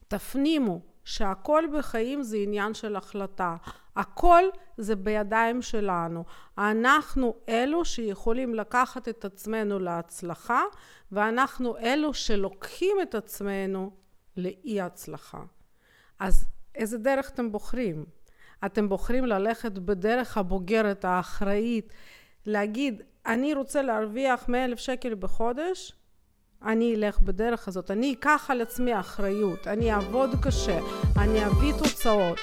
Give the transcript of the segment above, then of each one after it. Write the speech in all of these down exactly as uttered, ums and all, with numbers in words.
תפנימו שהכל בחיים זה עניין של החלטה. הכל זה בידיים שלנו. אנחנו אלו שיכולים לקחת את עצמנו להצלחה, ואנחנו אלו שלוקחים את עצמנו לאי הצלחה. אז איזה דרך אתם בוחרים? אתם בוחרים ללכת בדרך הבוגרת, האחראית, להגיד, אני רוצה להרוויח מאה אלף שקל בחודש, אני אלך בדרך הזאת, אני אקח על עצמי אחריות, אני אעבוד קשה, אני אביא תוצאות.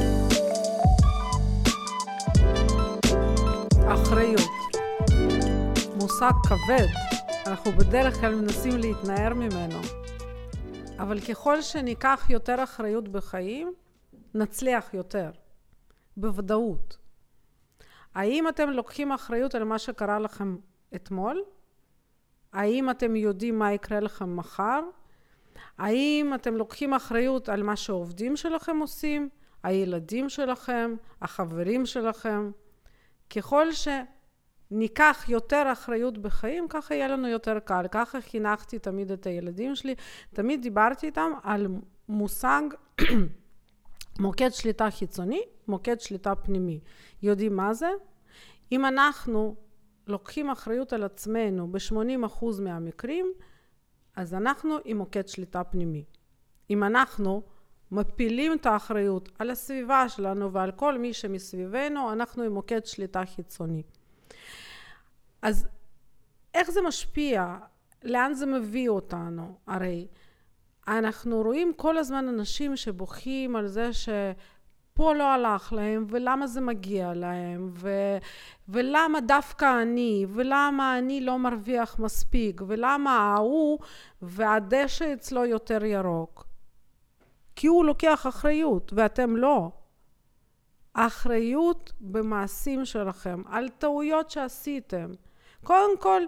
אחריות. מושג כבד, אנחנו בדרך כלל מנסים להתנער ממנו. אבל ככל שניקח יותר אחריות בחיים, נצליח יותר. בוודאות. האם אתם לוקחים אחריות על מה שקרה לכם אתמול? האם אתם יודעים מה יקרה לכם מחר? האם אתם לוקחים אחריות על מה שהעובדים שלכם עושים? הילדים שלכם? החברים שלכם? ככל שניקח יותר אחריות בחיים, ככה יהיה לנו יותר קל. ככה חינכתי תמיד את הילדים שלי. תמיד דיברתי איתם על מושג מוקד שליטה חיצוני, מוקד שליטה פנימי. יודעים מה זה? אם אנחנו לוקחים אחריות על עצמנו ב-שמונים אחוז מהמקרים, אז אנחנו עם מוקד שליטה פנימי. אם אנחנו מפילים את האחריות על הסביבה שלנו ועל כל מי שמסביבנו, אנחנו עם מוקד שליטה חיצוני. אז איך זה משפיע? לאן זה מביא אותנו? הרי אנחנו רואים כל הזמן אנשים שבוכים על זה שפה לא הלך להם, ולמה זה מגיע להם, ו... ולמה דווקא אני, ולמה אני לא מרוויח מספיק, ולמה ההוא והדשא אצלו יותר ירוק. כי הוא לוקח אחריות, ואתם לא. האחריות במעשים שלכם, על טעויות שעשיתם. קודם כל,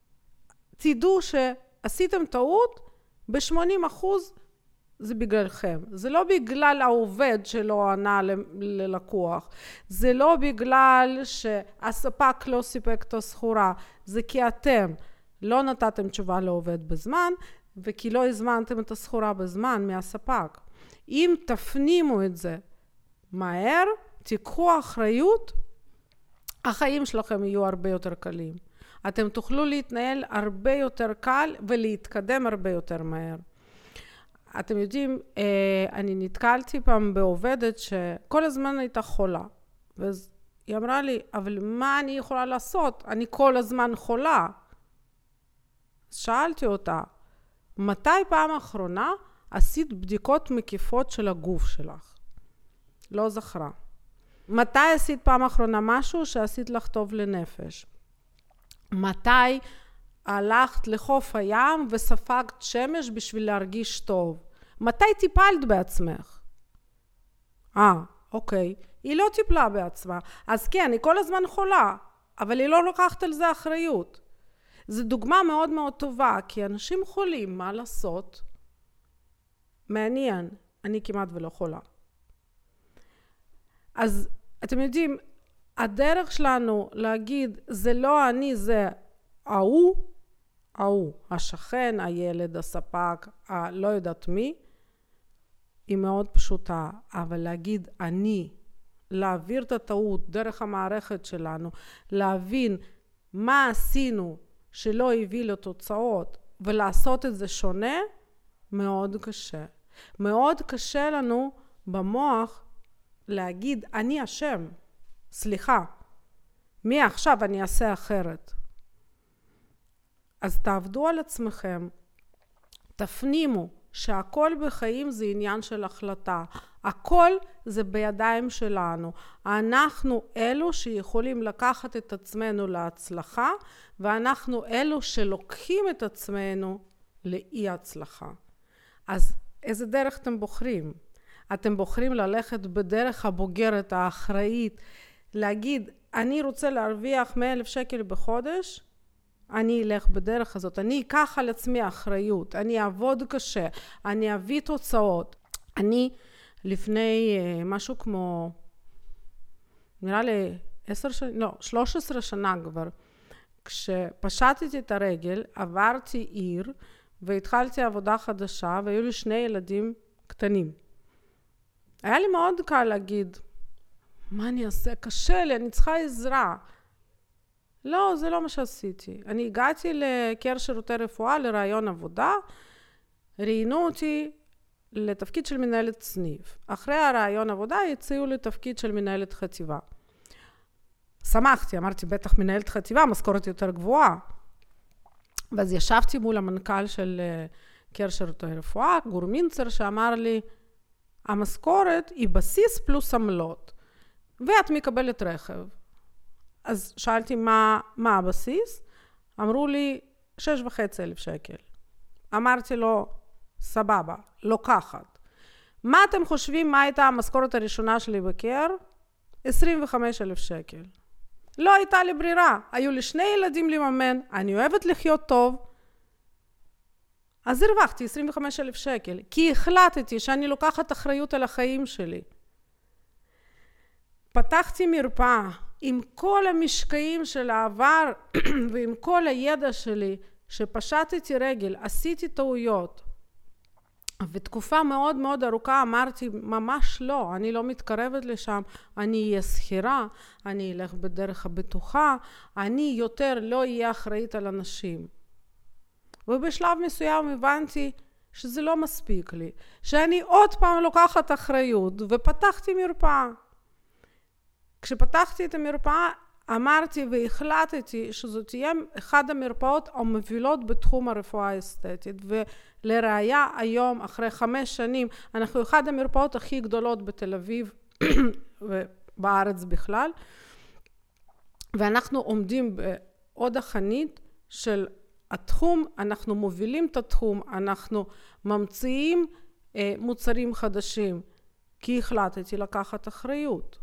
תדעו שעשיתם טעות, ב-שמונים אחוז זה בגללכם. זה לא בגלל העובד שלא ענה ללקוח. זה לא בגלל שהספק לא סיפק את הסחורה. זה כי אתם לא נתתם תשובה לעובד בזמן, וכי לא הזמנתם את הסחורה בזמן מהספק. אם תפנימו את זה מהר, תיקחו אחריות, החיים שלכם יהיו הרבה יותר קלים. אתם תוכלו להתנהל הרבה יותר קל ולהתקדם הרבה יותר מהר. אתם יודעים, אני נתקלתי פעם בעובדת שכל הזמן הייתה חולה. והיא אמרה לי, אבל מה אני יכולה לעשות? אני כל הזמן חולה. שאלתי אותה, מתי פעם האחרונה עשית בדיקות מקיפות של הגוף שלך? לא זכרה. מתי עשית פעם האחרונה משהו שעשית לך טוב לנפש? מתי הלכת לחוף הים וספגת שמש בשביל להרגיש טוב? מתי טיפלת בעצמך? אה, אוקיי. היא לא טיפלה בעצמה. אז כן, היא כל הזמן חולה, אבל היא לא לוקחת על זה אחריות. זו דוגמה מאוד מאוד טובה, כי אנשים חולים, מה לעשות? מעניין, אני כמעט ולא חולה. אז אתם יודעים, הדרך שלנו להגיד, זה לא אני, זה ההוא, ההוא, השכן, הילד, הספק, לא יודעת מי, היא מאוד פשוטה, אבל להגיד אני, להעביר את הטעות דרך המערכת שלנו, להבין מה עשינו שלא הביא לתוצאות, ולעשות את זה שונה, מאוד קשה. מאוד קשה לנו במוח להגיד אני אשם, סליחה, מעכשיו אני אעשה אחרת. אז תעבדו על עצמכם, תפנימו שהכל בחיים זה עניין של החלטה. הכל זה בידיים שלנו. אנחנו אלו שיכולים לקחת את עצמנו להצלחה, ואנחנו אלו שלוקחים את עצמנו לאי הצלחה. אז איזה דרך אתם בוחרים? אתם בוחרים ללכת בדרך הבוגרת, האחראית, להגיד, אני רוצה להרוויח מאה אלף שקל בחודש, אני אלך בדרך הזאת, אני אקח על עצמי אחריות, אני אעבוד קשה, אני אביא תוצאות. אני לפני משהו כמו, נראה לי עשר שנים, לא, שלוש עשרה שנה כבר, כשפשטתי את הרגל, עברתי עיר, והתחלתי עבודה חדשה, והיו לי שני ילדים קטנים. היה לי מאוד קל להגיד, מה אני אעשה? קשה לי, אני צריכה עזרה. לא, זה לא מה שעשיתי. אני הגעתי לקר שירותי רפואה, לרעיון עבודה, ראיינו אותי לתפקיד של מנהלת סניף. אחרי הרעיון עבודה הציעו לי תפקיד של מנהלת חטיבה. שמחתי, אמרתי, בטח מנהלת חטיבה, משכורת יותר גבוהה. ואז ישבתי מול המנכ"ל של קר שירותי רפואה, גור מינצר, שאמר לי, המשכורת היא בסיס פלוס עמלות, ואת מקבלת רכב. אז שאלתי מה, מה הבסיס? אמרו לי, שש וחצי אלף שקל. אמרתי לו, סבבה, לוקחת. מה אתם חושבים, מה הייתה המשכורת הראשונה שלי בקר? עשרים וחמישה אלף שקל. לא הייתה לי ברירה, היו לי שני ילדים לממן, אני אוהבת לחיות טוב, אז הרווחתי עשרים וחמישה אלף שקל, כי החלטתי שאני לוקחת אחריות על החיים שלי. פתחתי מרפאה עם כל המשקעים של העבר ועם כל הידע שלי, שפשטתי רגל, עשיתי טעויות. ותקופה מאוד מאוד ארוכה אמרתי, ממש לא, אני לא מתקרבת לשם, אני אהיה שכירה, אני אלך בדרך הבטוחה, אני יותר לא אהיה אחראית על אנשים. ובשלב מסוים הבנתי שזה לא מספיק לי, שאני עוד פעם לוקחת אחריות, ופתחתי מרפאה. כשפתחתי את המרפאה, אמרתי והחלטתי שזו תהיה אחד המרפאות המובילות בתחום הרפואה האסתטית, ולראיה היום, אחרי חמש שנים, אנחנו אחד המרפאות הכי גדולות בתל אביב ובארץ בכלל, ואנחנו עומדים בעוד החנית של התחום, אנחנו מובילים את התחום, אנחנו ממציאים אה, מוצרים חדשים, כי החלטתי לקחת אחריות.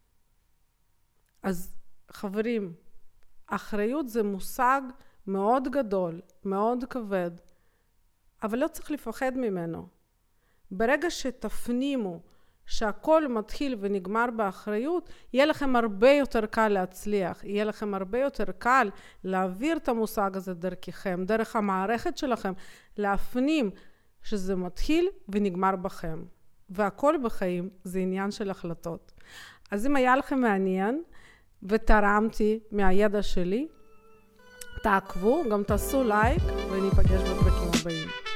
אז חברים, אחריות זה מושג מאוד גדול, מאוד כבד, אבל לא צריך לפחד ממנו. ברגע שתפנימו שהכל מתחיל ונגמר באחריות, יהיה לכם הרבה יותר קל להצליח, יהיה לכם הרבה יותר קל להעביר את המושג הזה דרככם, דרך המערכת שלכם, להפנים שזה מתחיל ונגמר בכם. והכל בחיים זה עניין של החלטות. אז אם היה לכם מעניין ותרמתי מהידע שלי, תעקבו, גם תעשו לייק וניפגש בפרקים הבאים.